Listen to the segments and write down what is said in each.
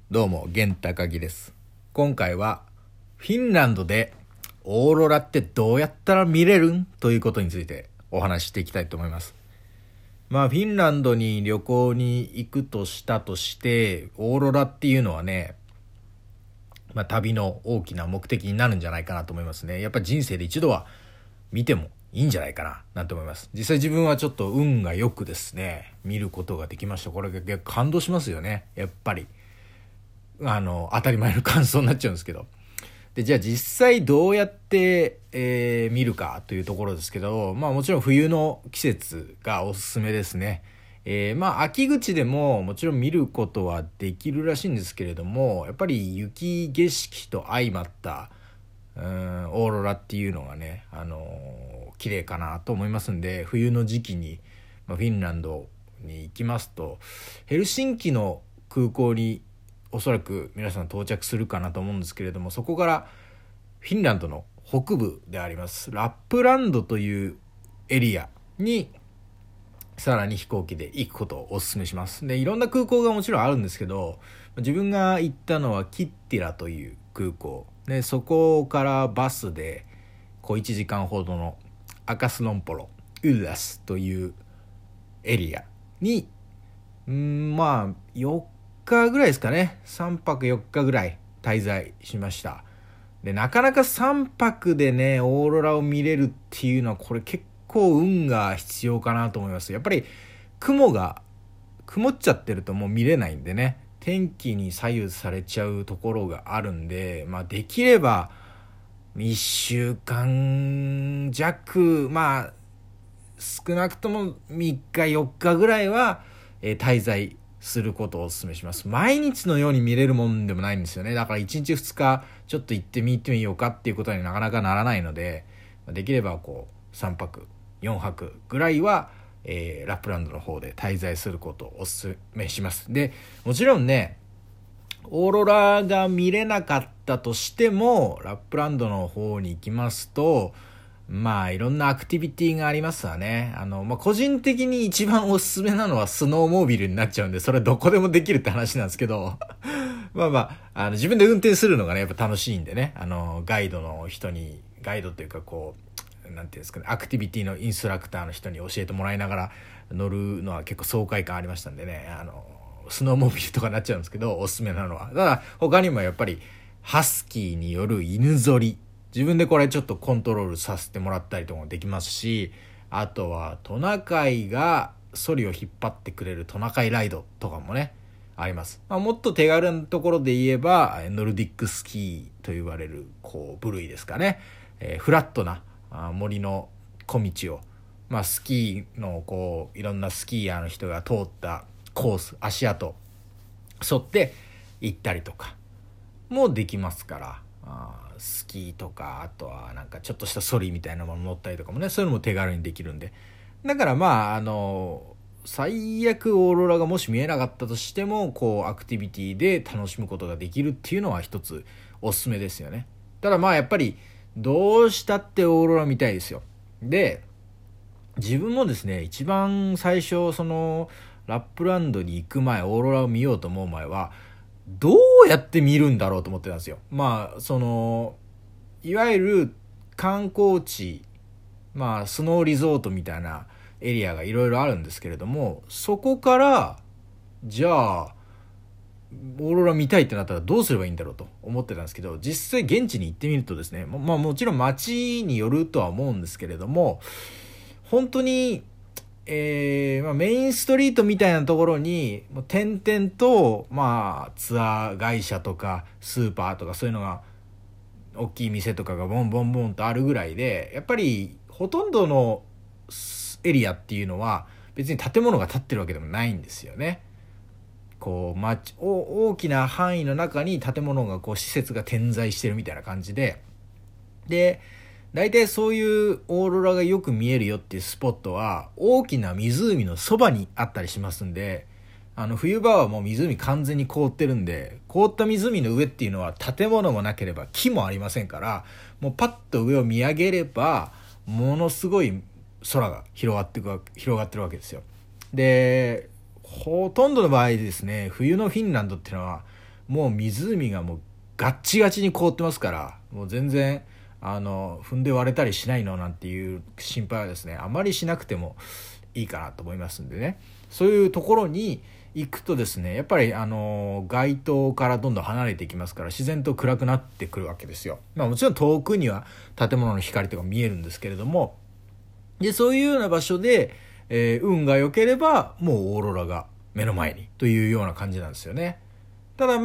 どうも、玄高木です。今回はフィンランドでオーロラってどうやったら見れるんということについてお話ししていきたいと思います。フィンランドに旅行に行くとしたとして、オーロラっていうのはね、旅の大きな目的になるんじゃないかなと思いますね。やっぱり人生で一度は見てもいいんじゃないかななんて思います。実際自分はちょっと運がよくですね、見ることができました。これが感動しますよね。やっぱり。当たり前の感想になっちゃうんですけど。で、じゃあ実際どうやって、見るかというところですけど、もちろん冬の季節がおすすめですね。秋口でももちろん見ることはできるらしいんですけれども、やっぱり雪景色と相まったオーロラっていうのがね、綺麗かなと思いますんで、冬の時期に、フィンランドに行きますと、ヘルシンキの空港におそらく皆さん到着するかなと思うんですけれども、そこからフィンランドの北部でありますラップランドというエリアにさらに飛行機で行くことをお勧めします。で、いろんな空港がもちろんあるんですけど、自分が行ったのはキッティラという空港で、そこからバスで1時間ほどのアカスノンポロウルラスというエリアに4日ぐらいですかね、3泊4日ぐらい滞在しました。で、なかなか3泊でねオーロラを見れるっていうのは、これ結構運が必要かなと思います。やっぱり曇っちゃってるともう見れないんでね、天気に左右されちゃうところがあるんで、できれば1週間弱、少なくとも3日4日ぐらいは、滞在することをお勧めします。毎日のように見れるもんでもないんですよね。だから1日2日ちょっと行ってみようかっていうことになかなかならないので、できれば3泊4泊ぐらいは、ラップランドの方で滞在することをお勧めします。で、もちろんね、オーロラが見れなかったとしてもラップランドの方に行きますと、いろんなアクティビティがありますわね。個人的に一番おすすめなのはスノーモービルになっちゃうんで、それはどこでもできるって話なんですけど自分で運転するのがねやっぱ楽しいんでね、ガイドというかなんていうんですかね、アクティビティのインストラクターの人に教えてもらいながら乗るのは結構爽快感ありましたんでね、スノーモービルとかになっちゃうんですけど、おすすめなのは。ただ他にもやっぱりハスキーによる犬ぞり、自分でこれちょっとコントロールさせてもらったりとかもできますし、あとはトナカイがソリを引っ張ってくれるトナカイライドとかもねあります。もっと手軽なところで言えばノルディックスキーと言われる部類ですかね。フラットな森の小道を、スキーのいろんなスキーヤーの人が通ったコース、足跡沿って行ったりとかもできますから、スキーとか、あとはなんかちょっとしたソリみたいなもの乗ったりとかもね、そういうのも手軽にできるんで、だから最悪オーロラがもし見えなかったとしてもアクティビティで楽しむことができるっていうのは一つおすすめですよね。ただやっぱりどうしたってオーロラ見たいですよ。で、自分もですね、一番最初ラップランドに行く前、オーロラを見ようと思う前はどうやって見るんだろうと思ってたんですよ。いわゆる観光地、スノーリゾートみたいなエリアがいろいろあるんですけれども、そこからじゃあオーロラ見たいってなったらどうすればいいんだろうと思ってたんですけど、実際現地に行ってみるとですね、もちろん街によるとは思うんですけれども、本当にメインストリートみたいなところに点々とツアー会社とかスーパーとかそういうのが、大きい店とかがボンボンボンとあるぐらいで、やっぱりほとんどのエリアっていうのは別に建物が建ってるわけでもないんですよね。大きな範囲の中に建物が施設が点在してるみたいな感じで、大体そういうオーロラがよく見えるよっていうスポットは大きな湖のそばにあったりしますんで、冬場はもう湖完全に凍ってるんで、凍った湖の上っていうのは建物もなければ木もありませんから、もうパッと上を見上げればものすごい空が広がってるわけですよ。で、ほとんどの場合ですね、冬のフィンランドっていうのはもう湖がもうガッチガチに凍ってますから、もう全然踏んで割れたりしないのなんていう心配はですね、あまりしなくてもいいかなと思いますんでね。そういうところに行くとですね、やっぱり街灯からどんどん離れていきますから、自然と暗くなってくるわけですよ。もちろん遠くには建物の光とか見えるんですけれども、でそういうような場所で、運が良ければもうオーロラが目の前にというような感じなんですよね。ただ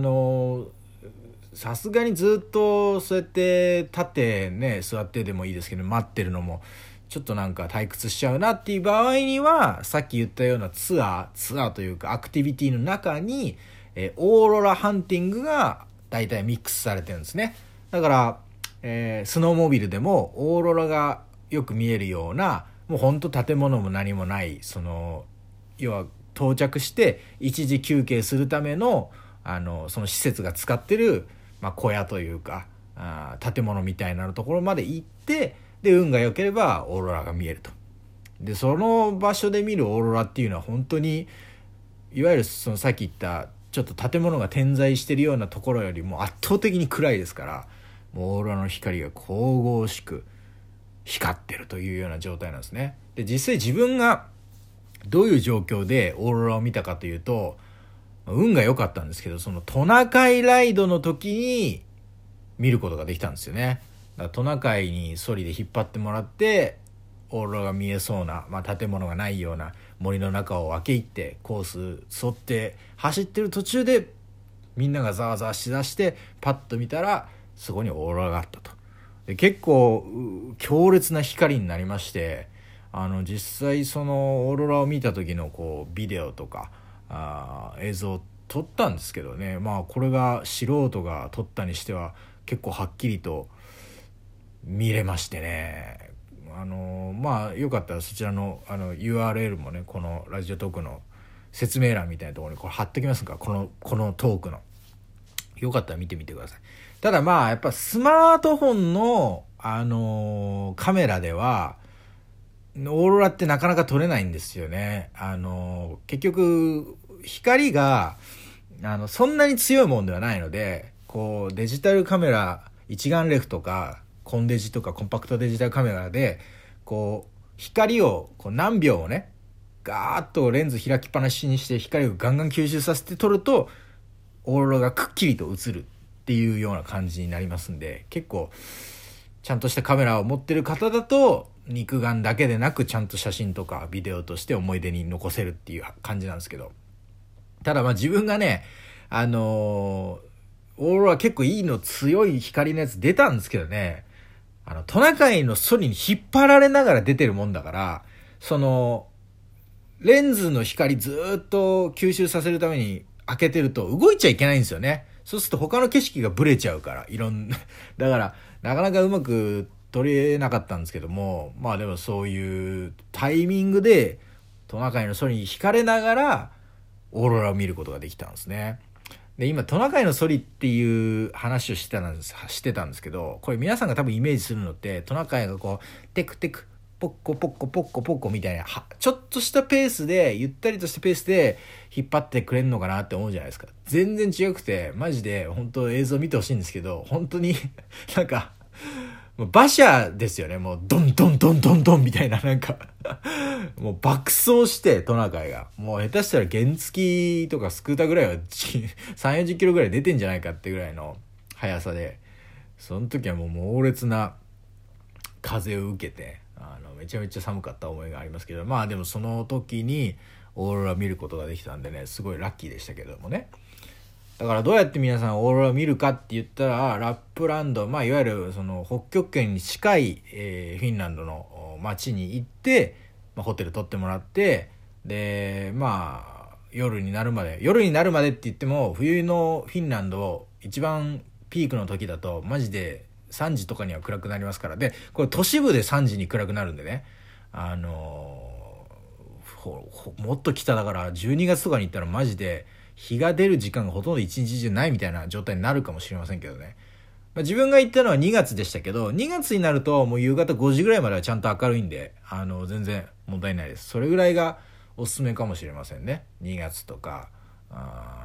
さすがにずっとそうやって立ってね、座ってでもいいですけど待ってるのもちょっとなんか退屈しちゃうなっていう場合には、さっき言ったようなツアーというかアクティビティの中に、オーロラハンティングが大体ミックスされてるんですね。だから、スノーモービルでもオーロラがよく見えるような、もうほんと建物も何もない、要は到着して一時休憩するためのその施設が使ってる、小屋というか建物みたいなところまで行って、で運が良ければオーロラが見えると。でその場所で見るオーロラっていうのは本当にいわゆるそのさっき言ったちょっと建物が点在してるようなところよりも圧倒的に暗いですから、もうオーロラの光が神々しく光ってるというような状態なんですね。で実際自分がどういう状況でオーロラを見たかというと、運が良かったんですけど、そのトナカイライドの時に見ることができたんですよね。だからトナカイにソリで引っ張ってもらってオーロラが見えそうな、建物がないような森の中を分け入ってコース沿って走ってる途中でみんながざわざわしだしてパッと見たらそこにオーロラがあったと。で結構強烈な光になりまして、実際そのオーロラを見た時のビデオとか映像を撮ったんですけどね、これが素人が撮ったにしては結構はっきりと見れましてね、よかったらそちらのURL もね、このラジオトークの説明欄みたいなところにこれ貼っておきますから、このトークのよかったら見てみてください。ただやっぱスマートフォンのカメラではオーロラってなかなか撮れないんですよね。結局光がそんなに強いものではないので、デジタルカメラ一眼レフとかコンデジとかコンパクトデジタルカメラで光を何秒もねガーッとレンズ開きっぱなしにして光をガンガン吸収させて撮るとオーロラがくっきりと映るっていうような感じになりますんで、結構ちゃんとしたカメラを持ってる方だと肉眼だけでなくちゃんと写真とかビデオとして思い出に残せるっていう感じなんですけど、ただ自分がねオーロラ結構いいの強い光のやつ出たんですけどね、トナカイのソリに引っ張られながら出てるもんだから、レンズの光ずっと吸収させるために開けてると動いちゃいけないんですよね。そうすると他の景色がブレちゃうから、だからなかなかうまく撮れなかったんですけども、でもそういうタイミングでトナカイのソリに惹かれながらオーロラを見ることができたんですね。で今トナカイのソリっていう話をしてたんですけど、これ皆さんが多分イメージするのってトナカイがテクテクポッコポッコポッコポッコみたいなちょっとしたペースでゆったりとしたペースで引っ張ってくれるのかなって思うじゃないですか。全然違くて、マジで本当映像見てほしいんですけど、本当になんかもう馬車ですよね。もうドンドンドンドンドンみたいな、もう爆走してトナカイがもう下手したら原付とかスクーターぐらいは3、40キロぐらい出てんじゃないかってぐらいの速さで、その時はもう猛烈な風を受けてめちゃめちゃ寒かった思いがありますけど、でもその時にオーロラ見ることができたんでね、すごいラッキーでしたけどもね。だからどうやって皆さんオーロラを見るかって言ったら、ラップランド、いわゆるその北極圏に近い、フィンランドの町に行って、ホテル取ってもらって、で夜になるまでって言っても、冬のフィンランド一番ピークの時だとマジで3時とかには暗くなりますから。でこれ都市部で3時に暗くなるんでね、もっと北だから12月とかに行ったらマジで日が出る時間がほとんど一日中ないみたいな状態になるかもしれませんけどね。自分が行ったのは2月でしたけど、2月になるともう夕方5時ぐらいまではちゃんと明るいんで、全然問題ないです。それぐらいがおすすめかもしれませんね。2月とか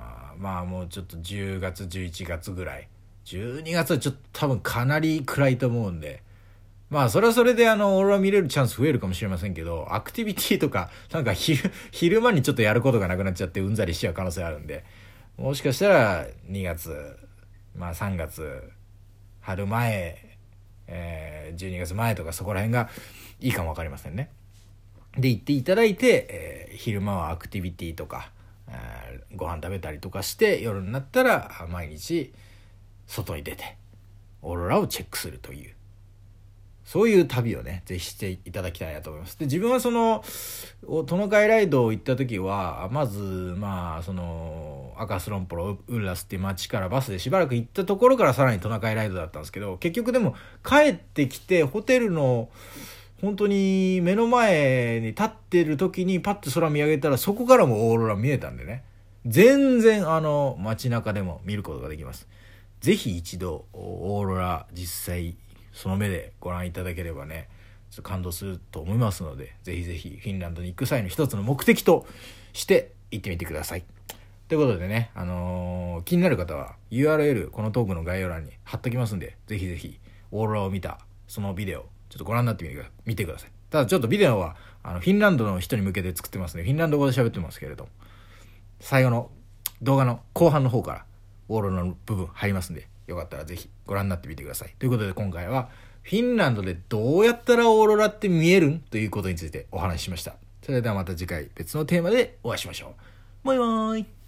まあもうちょっと10月11月ぐらい、12月はちょっと多分かなり暗いと思うんで、まあそれはそれでオーロラ見れるチャンス増えるかもしれませんけど、アクティビティとかなんか昼間にちょっとやることがなくなっちゃってうんざりしちゃう可能性あるんで、もしかしたら2月、まあ3月、春前、12月前とかそこら辺がいいかもわかりませんね。で行っていただいて、昼間はアクティビティとか、ご飯食べたりとかして、夜になったら毎日外に出てオーロラをチェックするという、そういう旅をねぜひしていただきたいなと思います。で自分はそのトナカイライド行った時はまずまあそのアカスロンポロウルラスっていう町からバスでしばらく行ったところからさらにトナカイライドだったんですけど、結局でも帰ってきてホテルの本当に目の前に立ってる時にパッと空見上げたら、そこからもオーロラ見えたんでね、全然街中でも見ることができます。ぜひ一度オーロラ実際その目でご覧いただければね、ちょっと感動すると思いますので、ぜひぜひフィンランドに行く際の一つの目的として行ってみてください。ということでね、気になる方は URL このトークの概要欄に貼っときますんで、ぜひぜひオーロラを見たそのビデオちょっとご覧になってみてください。ただちょっとビデオはフィンランドの人に向けて作ってますね。フィンランド語で喋ってますけれども、最後の動画の後半の方からオーロラの部分入りますんで、よかったらぜひご覧になってみてください。ということで今回はフィンランドでどうやったらオーロラって見えるんということについてお話ししました。それではまた次回別のテーマでお会いしましょう。バイバーイ。